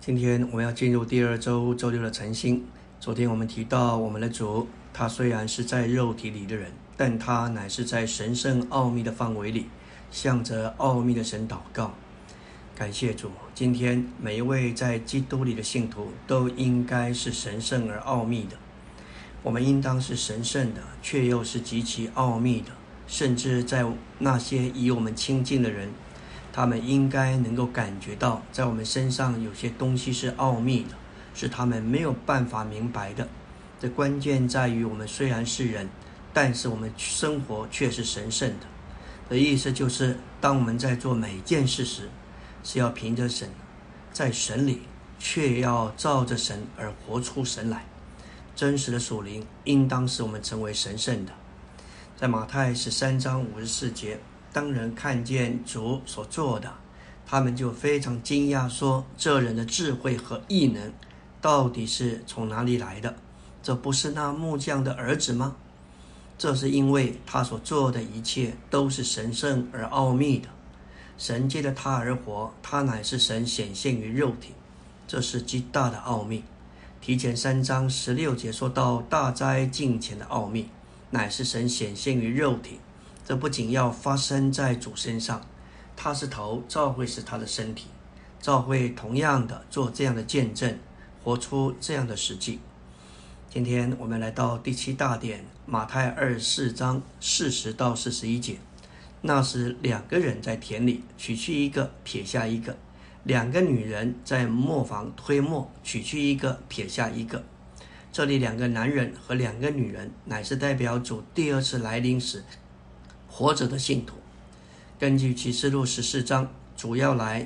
今天我们要进入第二周周六的晨星。昨天我们提到，我们的主他虽然是在肉体里的人，但他乃是在神圣奥秘的范围里，向着奥秘的神祷告。感谢主，今天每一位在基督里的信徒都应该是神圣而奥秘的。我们应当是神圣的，却又是极其奥秘的。甚至在那些与我们亲近的人，他们应该能够感觉到，在我们身上有些东西是奥秘的，是他们没有办法明白的。这关键在于，我们虽然是人，但是我们生活却是神圣的。的意思就是，当我们在做每件事时，是要凭着神，在神里，却要照着神而活出神来。真实的属灵应当使我们成为神圣的。在马太13章54节，当人看见主所做的，他们就非常惊讶，说：这人的智慧和异能到底是从哪里来的？这不是那木匠的儿子吗？这是因为他所做的一切都是神圣而奥秘的。神借着他而活，他乃是神显现于肉体，这是极大的奥秘。提前3章16节说到大灾近前的奥秘，乃是神显现于肉体。这不仅要发生在主身上，他是头，教会是他的身体，教会同样的做这样的见证，活出这样的实际。今天我们来到第7大点，马太24章40到41节。那时2个人在田里，取去一个，撇下一个；2个女人在磨坊推磨，取去一个，撇下一个。这里2个男人和2个女人，乃是代表主第二次来临时活着的信徒。根据启示录14章，主要来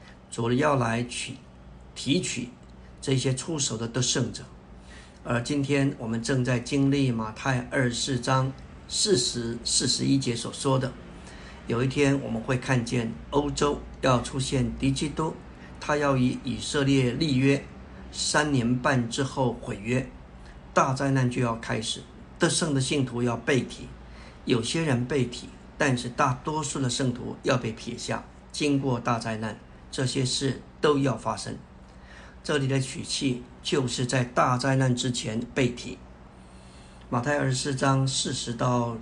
提取这些出手的得胜者。而今天我们正在经历马太24章40、41节所说的，有一天我们会看见欧洲要出现敌基督，他要与以色列立约，3年半之后毁约，大灾难就要开始，得胜的信徒要被提，有些人被提，但是大多数的圣徒要被撇下。经过大灾难，这些事都要发生。这里的取去就是在大灾难之前被提。马太24章40到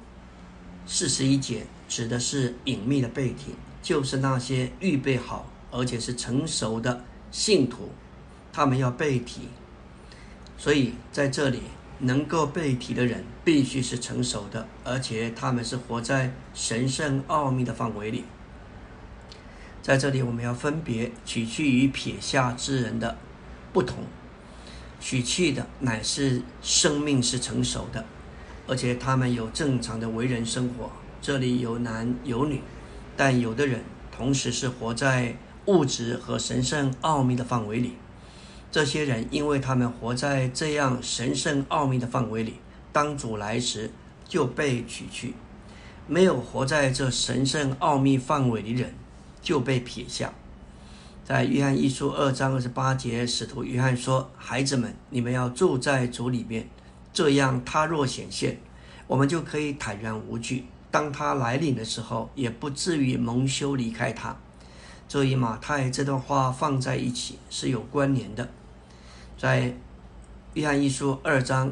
41节指的是隐秘的被提，就是那些预备好而且是成熟的信徒，他们要被提。所以在这里能够被提的人必须是成熟的，而且他们是活在神圣奥秘的范围里。在这里我们要分别取去与撇下之人的不同。取去的乃是生命是成熟的，而且他们有正常的为人生活。这里有男有女，但有的人同时是活在物质和神圣奥秘的范围里。这些人因为他们活在这样神圣奥秘的范围里，当主来时就被取去。没有活在这神圣奥秘范围里的人就被撇下。在约翰一书2章28节，使徒约翰说：孩子们，你们要住在主里面，这样他若显现，我们就可以坦然无惧，当他来临的时候，也不至于蒙羞离开他。这与马太这段话放在一起是有关联的。在约翰一书2章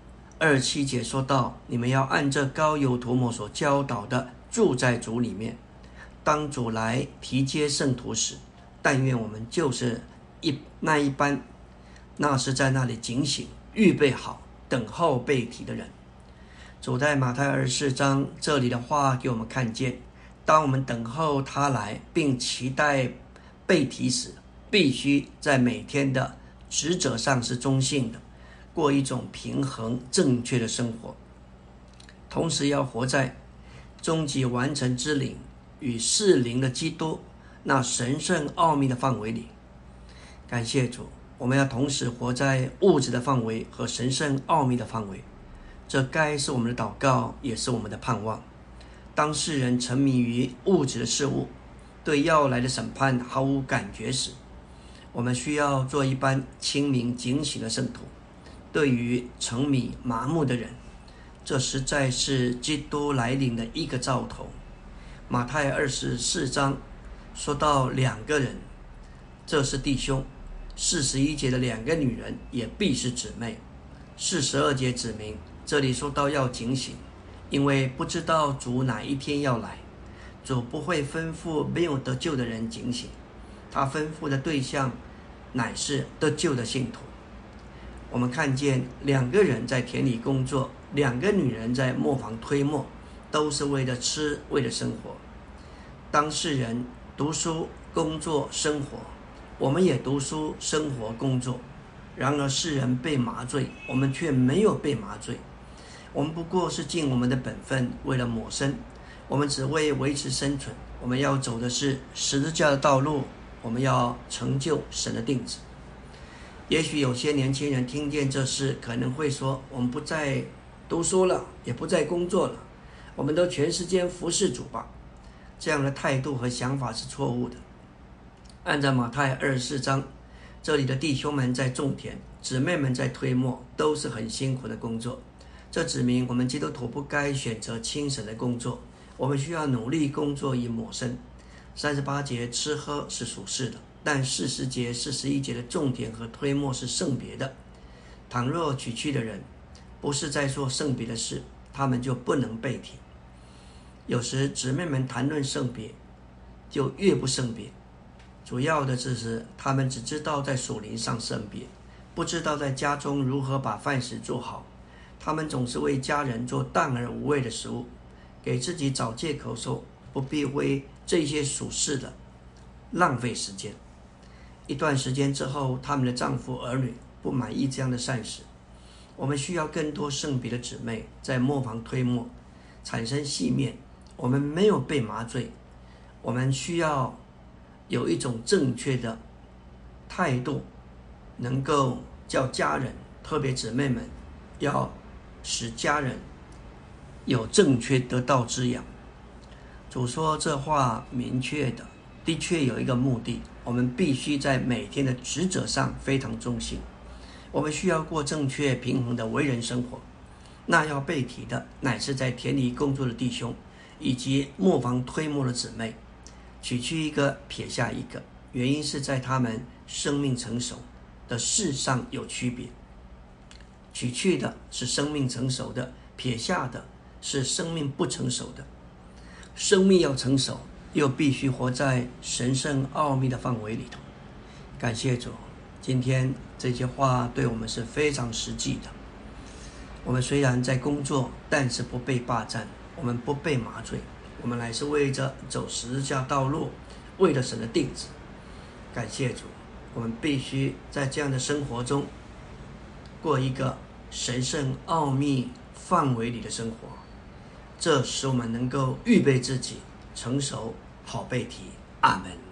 27节说到：你们要按这膏油涂抹所教导的，住在主里面，当主来提接圣徒时，但愿我们就是那一般，那是在那里警醒，预备好，等候被提的人。主在马太24章这里的话给我们看见，当我们等候他来并期待被提时，必须在每天的职责上是中性的，过一种平衡正确的生活，同时要活在终极完成之灵与世灵的基督那神圣奥秘的范围里。感谢主，我们要同时活在物质的范围和神圣奥秘的范围，这该是我们的祷告，也是我们的盼望。当世人沉迷于物质的事物，对要来的审判毫无感觉时，我们需要做一般清明警醒的圣徒。对于沉迷麻木的人，这实在是基督来临的一个兆头。马太24章说到2个人，这是弟兄， 41节的2个女人也必是姊妹。42节指明，这里说到要警醒，因为不知道主哪一天要来。主不会吩咐没有得救的人警醒，他吩咐的对象乃是得救的信徒。我们看见2个人在田里工作，2个女人在磨坊推磨，都是为了吃，为了生活。当世人读书、工作、生活，我们也读书、生活、工作。然而世人被麻醉，我们却没有被麻醉。我们不过是尽我们的本分，为了谋生，我们只为维持生存。我们要走的是十字架的道路，我们要成就神的定旨。也许有些年轻人听见这事，可能会说，我们不再读书了，也不再工作了，我们都全时间服侍主吧。这样的态度和想法是错误的。按照马太24章，这里的弟兄们在种田，姊妹们在推磨，都是很辛苦的工作。这指明我们基督徒不该选择轻省的工作，我们需要努力工作以谋生。38节吃喝是属世的，但40节、41节的种田和推磨是圣别的。倘若娶妻的人不是在做圣别的事，他们就不能被提。有时姊妹们谈论圣别，就越不圣别。主要的是他们只知道在属灵上圣别，不知道在家中如何把饭食做好。他们总是为家人做淡而无味的食物，给自己找借口说不必为这些属世的浪费时间。一段时间之后，他们的丈夫儿女不满意这样的善事。我们需要更多圣别的姊妹在磨坊推磨，产生细面。我们没有被麻醉，我们需要有一种正确的态度，能够叫家人，特别姊妹们，要使家人有正确得到滋养。主说这话明确的，的确有一个目的，我们必须在每天的职责上非常忠心。我们需要过正确平衡的为人生活。那要被提的乃是在田里工作的弟兄，以及磨坊推磨的姊妹。取去一个，撇下一个，原因是在他们生命成熟的事上有区别。取去的是生命成熟的，撇下的是生命不成熟的。生命要成熟，又必须活在神圣奥秘的范围里头。感谢主，今天这些话对我们是非常实际的。我们虽然在工作，但是不被霸占，我们不被麻醉，我们乃是为着走十字架道路，为了神的定旨。感谢主，我们必须在这样的生活中过一个神圣奥秘范围里的生活，这使我们能够预备自己成熟，好被提。阿们。